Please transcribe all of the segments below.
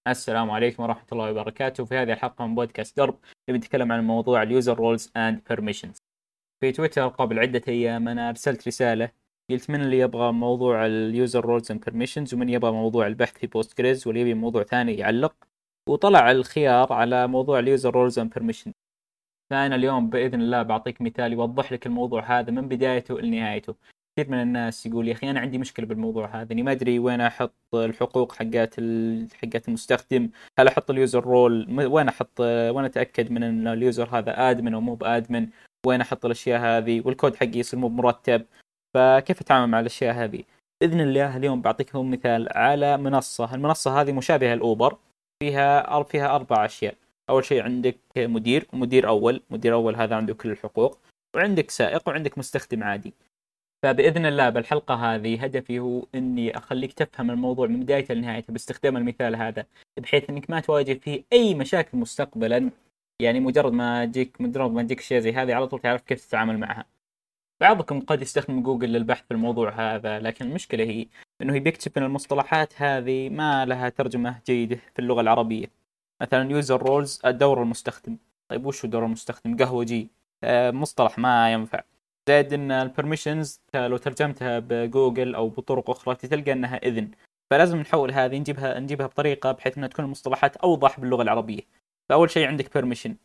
السلام عليكم ورحمة الله وبركاته. في هذه الحلقة من بودكاست درب نبي نتكلم عن موضوع اليوزر رولز اند بيرميشنز. في تويتر قبل عدة أيام أنا أرسلت رسالة قلت من اللي يبغى موضوع اليوزر رولز اند بيرميشنز ومن يبغى موضوع البحث في بوست جريز واللي يبي موضوع ثاني يعلق. وطلع الخيار على موضوع اليوزر رولز اند بيرميشنز. فأنا اليوم بإذن الله بعطيك مثال يوضح لك الموضوع هذا من بدايته لنهايته. كثير من الناس يقول يا أخي أنا عندي مشكلة بالموضوع هذا، إني ما أدري وين أحط الحقوق حقات المستخدم. هل أحط اليوزر رول؟ وين أتأكد من أن اليوزر هذا آدمن أو مو بآدمن؟ وين أحط الأشياء هذه؟ والكود حقي يصير مو مرتب. فكيف أتعامل مع الأشياء هذه؟ بإذن الله اليوم بعطيكم مثال على المنصة هذه مشابهة لأوبر. فيها 4 أشياء. أول شيء عندك مدير أول هذا عنده كل الحقوق، وعندك سائق، وعندك مستخدم عادي. فبإذن الله بالحلقة هذه هدفي هو إني أخليك تفهم الموضوع من بدايته لنهايته باستخدام المثال هذا، بحيث إنك ما تواجه فيه أي مشاكل مستقبلا. يعني مجرد ما تجيك شيء زي هذه على طول تعرف كيف تتعامل معها. بعضكم قد يستخدم جوجل للبحث في الموضوع هذا، لكن المشكلة هي إنه بيكتشف إن المصطلحات هذه ما لها ترجمة جيدة في اللغة العربية. مثلا يوزر رولز دور المستخدم. طيب وش هو دور المستخدم؟ قهوجي. مصطلح ما ينفع. زائد ان البرميشنز لو ترجمتها بجوجل او بطرق اخرى تلقى انها اذن. فلازم نحول هذه نجيبها بطريقه بحيث انها تكون المصطلحات اوضح باللغه العربيه. فاول شيء عندك بيرميشن،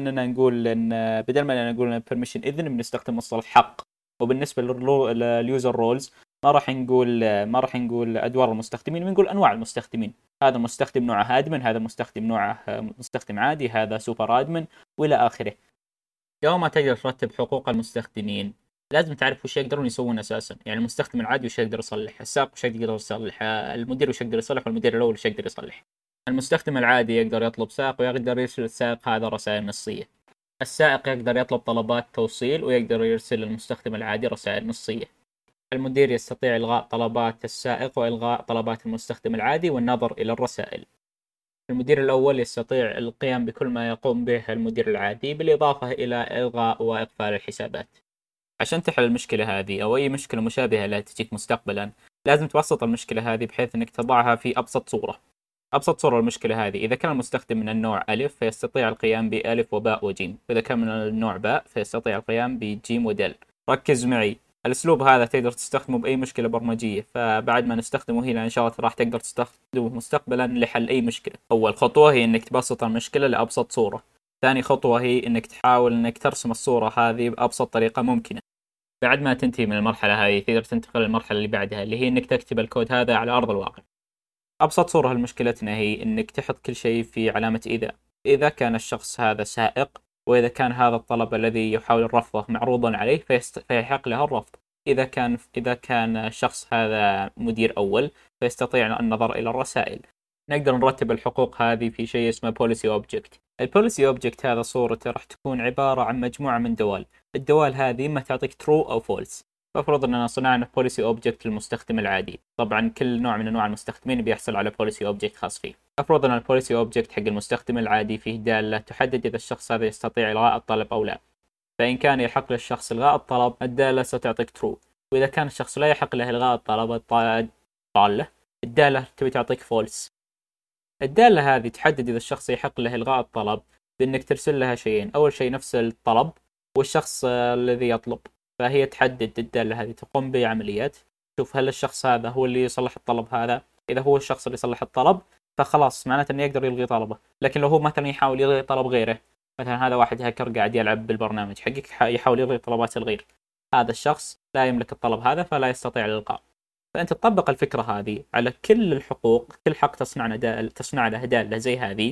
بدل ما اننا نقول ان بيرميشن اذن بنستخدم مصطلح حق. وبالنسبه لليوزر رولز ما راح نقول ادوار المستخدمين، بنقول انواع المستخدمين. هذا مستخدم نوعه ادمن، هذا مستخدم نوعه مستخدم عادي، هذا سوبر ادمن، والى اخره. يوم ما تقدر ترتب حقوق المستخدمين لازم تعرف وش يقدرون يسوون اساسا. يعني المستخدم العادي وش يقدر يصلح، السائق وش يقدر يصلح، المدير وش يقدر يصلح، والمدير الاول وش يقدر يصلح. المستخدم العادي يقدر يطلب سائق ويقدر يرسل السائق هذا رسائل نصيه. السائق يقدر يطلب طلبات توصيل ويقدر يرسل للمستخدم العادي رسائل نصيه. المدير يستطيع إلغاء طلبات السائق وإلغاء طلبات المستخدم العادي والنظر إلى الرسائل. المدير الأول يستطيع القيام بكل ما يقوم به المدير العادي، بالإضافة إلى إلغاء وإقفال الحسابات. عشان تحل المشكلة هذه أو أي مشكلة مشابهة لا تجيك مستقبلا، لازم تبسط المشكلة هذه بحيث أنك تضعها في أبسط صورة. أبسط صورة المشكلة هذه: إذا كان المستخدم من النوع ألف فيستطيع القيام بألف وباء وجيم، وإذا كان من النوع باء فيستطيع القيام بجيم ودال. ركز معي، الأسلوب هذا تقدر تستخدمه بأي مشكلة برمجية، فبعد ما نستخدمه هنا إن شاء الله راح تقدر تستخدمه مستقبلا لحل أي مشكلة. أول خطوة هي إنك تبسط المشكلة لأبسط صورة. ثاني خطوة هي إنك تحاول إنك ترسم الصورة هذه بأبسط طريقة ممكنة. بعد ما تنتهي من المرحلة هذه تقدر تنتقل للمرحلة اللي بعدها، اللي هي إنك تكتب الكود هذا على أرض الواقع. أبسط صورة لمشكلتنا هي إنك تحط كل شيء في علامة إذا كان الشخص هذا سائق، وإذا كان هذا الطلب الذي يحاول رفضه معروضا عليه فيحق له الرفض. إذا كان الشخص هذا مدير أول فيستطيع النظر إلى الرسائل. نقدر نرتب الحقوق هذه في شيء اسمه بوليسي أوبجكت. البوليسي أوبجكت هذا صورته راح تكون عبارة عن مجموعة من دوال. الدوال هذه إما تعطيك true أو false. فافرض أننا صنعنا بوليسي أوبجكت للمستخدم العادي، طبعا كل نوع من أنواع المستخدمين بيحصل على بوليسي أوبجكت خاص فيه. افرض أن البوليسي أوبجكت حق المستخدم العادي فيه دالة تحدد إذا الشخص هذا يستطيع إلغاء الطلب أو لا. فإن كان يحق للشخص إلغاء الطلب الدالة ستعطيك true، وإذا كان الشخص لا يحق له إلغاء الطلب الضالة الدالة تبي تعطيك false. الدالة هذه تحدد إذا الشخص يحق له إلغاء الطلب بأنك ترسل لها شيئين: أول شيء نفس الطلب والشخص الذي يطلب. فهي تحدد الدالة هذه تقوم بعمليات شوف هل الشخص هذا هو اللي يصلح الطلب هذا. إذا هو الشخص اللي يصلح الطلب فخلاص معناته أنه يقدر يلغي طلبه. لكن لو هو مثلا يحاول يلغي طلب غيره، مثلا هذا واحد هاكر قاعد يلعب بالبرنامج حقك يحاول يلغي طلبات الغير، هذا الشخص لا يملك الطلب هذا فلا يستطيع الإلغاء. فأنت تطبق الفكرة هذه على كل الحقوق، كل حق تصنع له دالة زي هذه،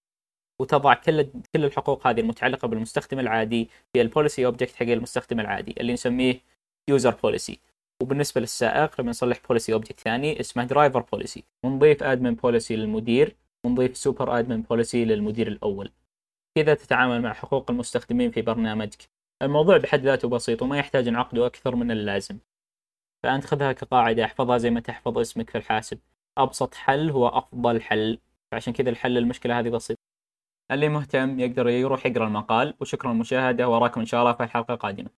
وتضع كل الحقوق هذه المتعلقة بالمستخدم العادي في البوليسي اوبجكت حق المستخدم العادي اللي نسميه يوزر بوليسي. وبالنسبة للسائق لما نصلح بوليسي اوبجكت ثاني اسمه درايفر بوليسي، ونضيف ادمن بوليسي للمدير، ونضيف سوبر ادمن بوليسي للمدير الاول. كذا تتعامل مع حقوق المستخدمين في برنامجك. الموضوع بحد ذاته بسيط وما يحتاج نعقده أكثر من اللازم، فأنت خذها كقاعدة احفظها زي ما تحفظ اسمك في الحاسب. أبسط حل هو أفضل حل، فعشان كذا الحل المشكلة هذه بسيط. اللي مهتم يقدر يروح يقرأ المقال، وشكرا للمشاهدة، وراكم إن شاء الله في الحلقة القادمة.